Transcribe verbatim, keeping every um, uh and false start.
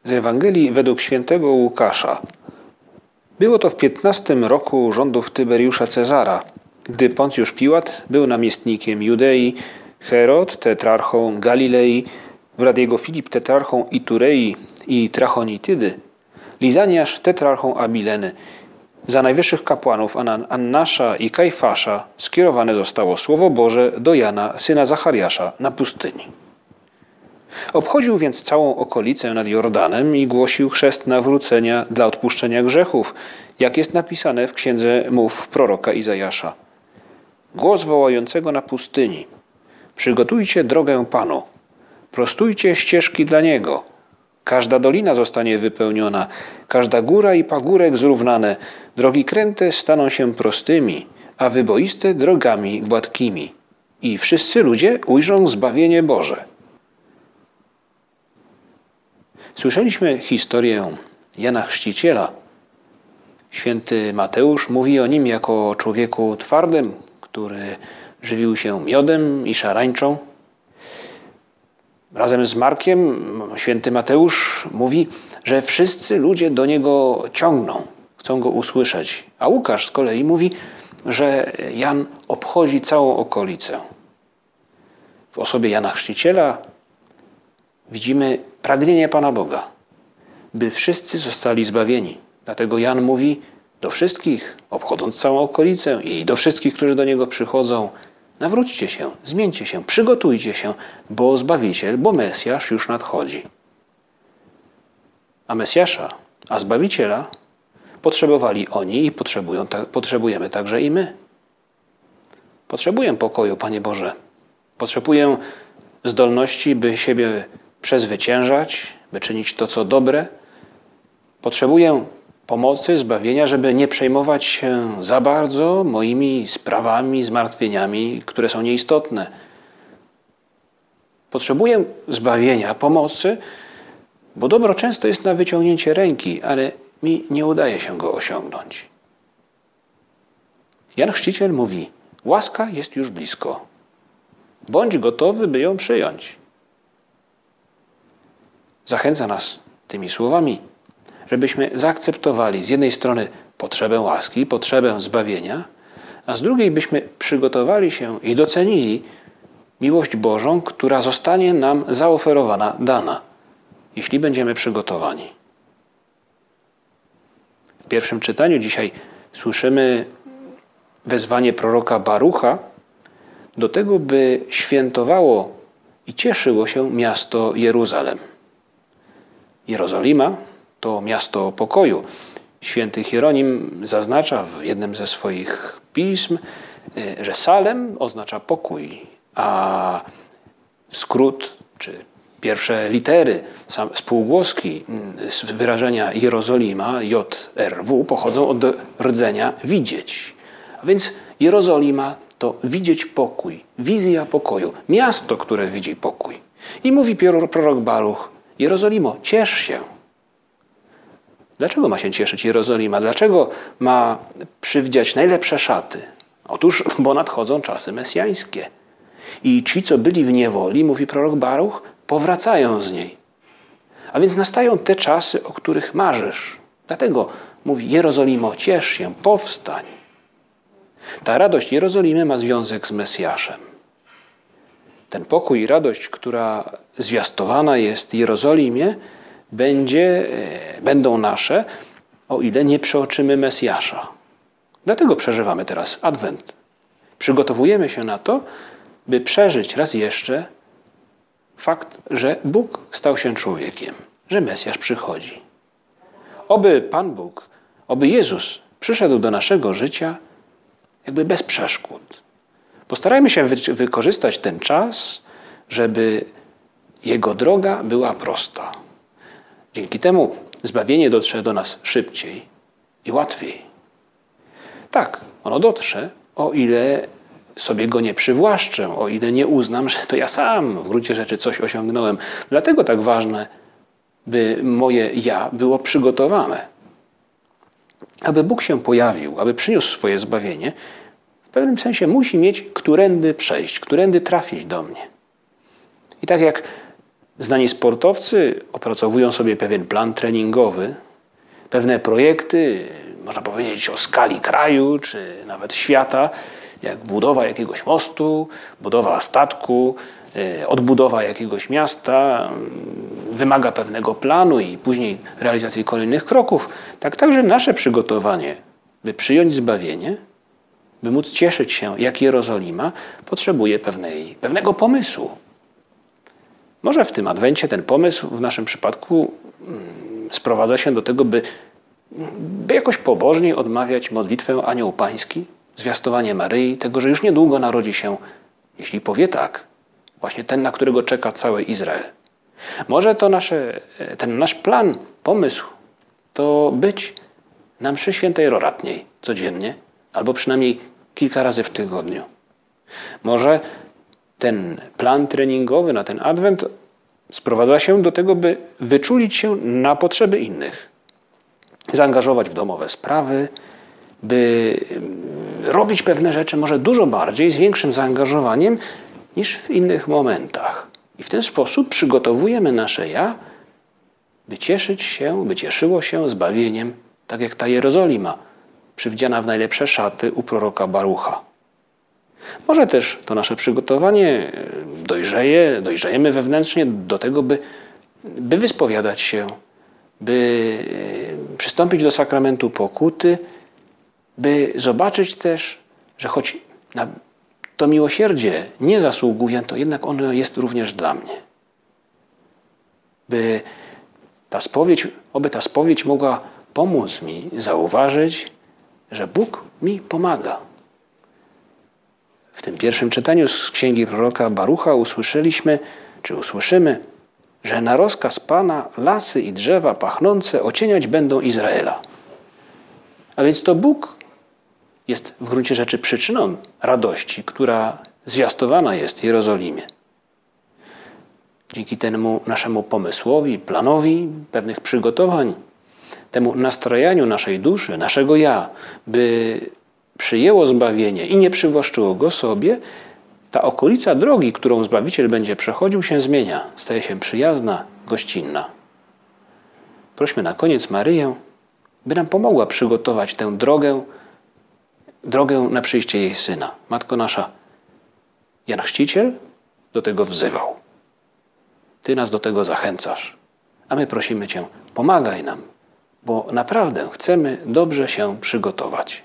Z Ewangelii według świętego Łukasza. Było to w piętnastym roku rządów Tyberiusza Cezara, gdy Poncjusz Piłat był namiestnikiem Judei, Herod tetrarchą Galilei, brat jego Filip tetrarchą Iturei i Trachonitydy, Lizaniasz tetrarchą Abileny. Za najwyższych kapłanów Annasza i Kajfasza skierowane zostało Słowo Boże do Jana, syna Zachariasza, na pustyni. Obchodził więc całą okolicę nad Jordanem i głosił chrzest nawrócenia dla odpuszczenia grzechów, jak jest napisane w księdze mów proroka Izajasza. Głos wołającego na pustyni: przygotujcie drogę Panu, prostujcie ścieżki dla Niego. Każda dolina zostanie wypełniona, każda góra i pagórek zrównane, drogi kręte staną się prostymi, a wyboiste drogami gładkimi. I wszyscy ludzie ujrzą zbawienie Boże. Słyszeliśmy historię Jana Chrzciciela. Święty Mateusz mówi o nim jako o człowieku twardym, który żywił się miodem i szarańczą. Razem z Markiem święty Mateusz mówi, że wszyscy ludzie do niego ciągną, chcą go usłyszeć. A Łukasz z kolei mówi, że Jan obchodzi całą okolicę. W osobie Jana Chrzciciela widzimy pragnienie Pana Boga, by wszyscy zostali zbawieni. Dlatego Jan mówi do wszystkich, obchodząc całą okolicę i do wszystkich, którzy do niego przychodzą: nawróćcie się, zmieńcie się, przygotujcie się, bo Zbawiciel, bo Mesjasz już nadchodzi. A Mesjasza, a Zbawiciela potrzebowali oni i potrzebują, potrzebujemy także i my. Potrzebuję pokoju, Panie Boże. Potrzebuję zdolności, by siebie przezwyciężać, by czynić to, co dobre. Potrzebuję pomocy, zbawienia, żeby nie przejmować się za bardzo moimi sprawami, zmartwieniami, które są nieistotne. Potrzebuję zbawienia, pomocy, bo dobro często jest na wyciągnięcie ręki, ale mi nie udaje się go osiągnąć. Jan Chrzciciel mówi: łaska jest już blisko. Bądź gotowy, by ją przyjąć. Zachęca nas tymi słowami, żebyśmy zaakceptowali z jednej strony potrzebę łaski, potrzebę zbawienia, a z drugiej byśmy przygotowali się i docenili miłość Bożą, która zostanie nam zaoferowana, dana, jeśli będziemy przygotowani. W pierwszym czytaniu dzisiaj słyszymy wezwanie proroka Barucha do tego, by świętowało i cieszyło się miasto Jeruzalem. Jerozolima to miasto pokoju. Święty Hieronim zaznacza w jednym ze swoich pism, że Salem oznacza pokój, a skrót czy pierwsze litery, spółgłoski z wyrażenia Jerozolima, J R W, pochodzą od rdzenia widzieć. A więc Jerozolima to widzieć pokój, wizja pokoju, miasto, które widzi pokój. I mówi prorok Baruch: Jerozolimo, ciesz się. Dlaczego ma się cieszyć Jerozolima? Dlaczego ma przywdziać najlepsze szaty? Otóż, bo nadchodzą czasy mesjańskie. I ci, co byli w niewoli, mówi prorok Baruch, powracają z niej. A więc nastają te czasy, o których marzysz. Dlatego mówi: Jerozolimo, ciesz się, powstań. Ta radość Jerozolimy ma związek z Mesjaszem. Ten pokój i radość, która zwiastowana jest Jerozolimie, będzie, będą nasze, o ile nie przeoczymy Mesjasza. Dlatego przeżywamy teraz Adwent. Przygotowujemy się na to, by przeżyć raz jeszcze fakt, że Bóg stał się człowiekiem, że Mesjasz przychodzi. Oby Pan Bóg, oby Jezus przyszedł do naszego życia jakby bez przeszkód. Postarajmy się wy- wykorzystać ten czas, żeby Jego droga była prosta. Dzięki temu zbawienie dotrze do nas szybciej i łatwiej. Tak, ono dotrze, o ile sobie go nie przywłaszczę, o ile nie uznam, że to ja sam w gruncie rzeczy coś osiągnąłem. Dlatego tak ważne, by moje ja było przygotowane. Aby Bóg się pojawił, aby przyniósł swoje zbawienie, w pewnym sensie musi mieć którędy przejść, którędy trafić do mnie. I tak jak Znani sportowcy opracowują sobie pewien plan treningowy, pewne projekty, można powiedzieć o skali kraju czy nawet świata, jak budowa jakiegoś mostu, budowa statku, odbudowa jakiegoś miasta, wymaga pewnego planu i później realizacji kolejnych kroków. Tak także nasze przygotowanie, by przyjąć zbawienie, by móc cieszyć się jak Jerozolima, potrzebuje pewnej, pewnego pomysłu. Może w tym Adwencie ten pomysł w naszym przypadku sprowadza się do tego, by, by jakoś pobożniej odmawiać modlitwę Anioł Pański, zwiastowanie Maryi, tego, że już niedługo narodzi się, jeśli powie tak, właśnie ten, na którego czeka cały Izrael. Może to nasze, ten nasz plan, pomysł, to być na mszy świętej roratniej codziennie, albo przynajmniej kilka razy w tygodniu. Może ten plan treningowy na ten Adwent sprowadza się do tego, by wyczulić się na potrzeby innych, zaangażować w domowe sprawy, by robić pewne rzeczy może dużo bardziej, z większym zaangażowaniem niż w innych momentach. I w ten sposób przygotowujemy nasze ja, by cieszyć się, by cieszyło się zbawieniem, tak jak ta Jerozolima, przywdziana w najlepsze szaty u proroka Barucha. Może też to nasze przygotowanie dojrzeje, dojrzejemy wewnętrznie do tego, by, by wyspowiadać się, by przystąpić do sakramentu pokuty, by zobaczyć też, że choć na to miłosierdzie nie zasługuję, to jednak ono jest również dla mnie. By ta spowiedź, oby ta spowiedź mogła pomóc mi zauważyć, że Bóg mi pomaga. W tym pierwszym czytaniu z księgi proroka Barucha usłyszeliśmy, czy usłyszymy, że na rozkaz Pana lasy i drzewa pachnące ocieniać będą Izraela. A więc to Bóg jest w gruncie rzeczy przyczyną radości, która zwiastowana jest Jerozolimie. Dzięki temu naszemu pomysłowi, planowi pewnych przygotowań, temu nastrajaniu naszej duszy, naszego ja, by przyjęło zbawienie i nie przywłaszczyło go sobie, ta okolica drogi, którą Zbawiciel będzie przechodził, się zmienia, staje się przyjazna, gościnna. Prośmy na koniec Maryję, by nam pomogła przygotować tę drogę, drogę na przyjście jej Syna. Matko nasza, Jan Chrzciciel do tego wzywał. Ty nas do tego zachęcasz, a my prosimy Cię, pomagaj nam, bo naprawdę chcemy dobrze się przygotować.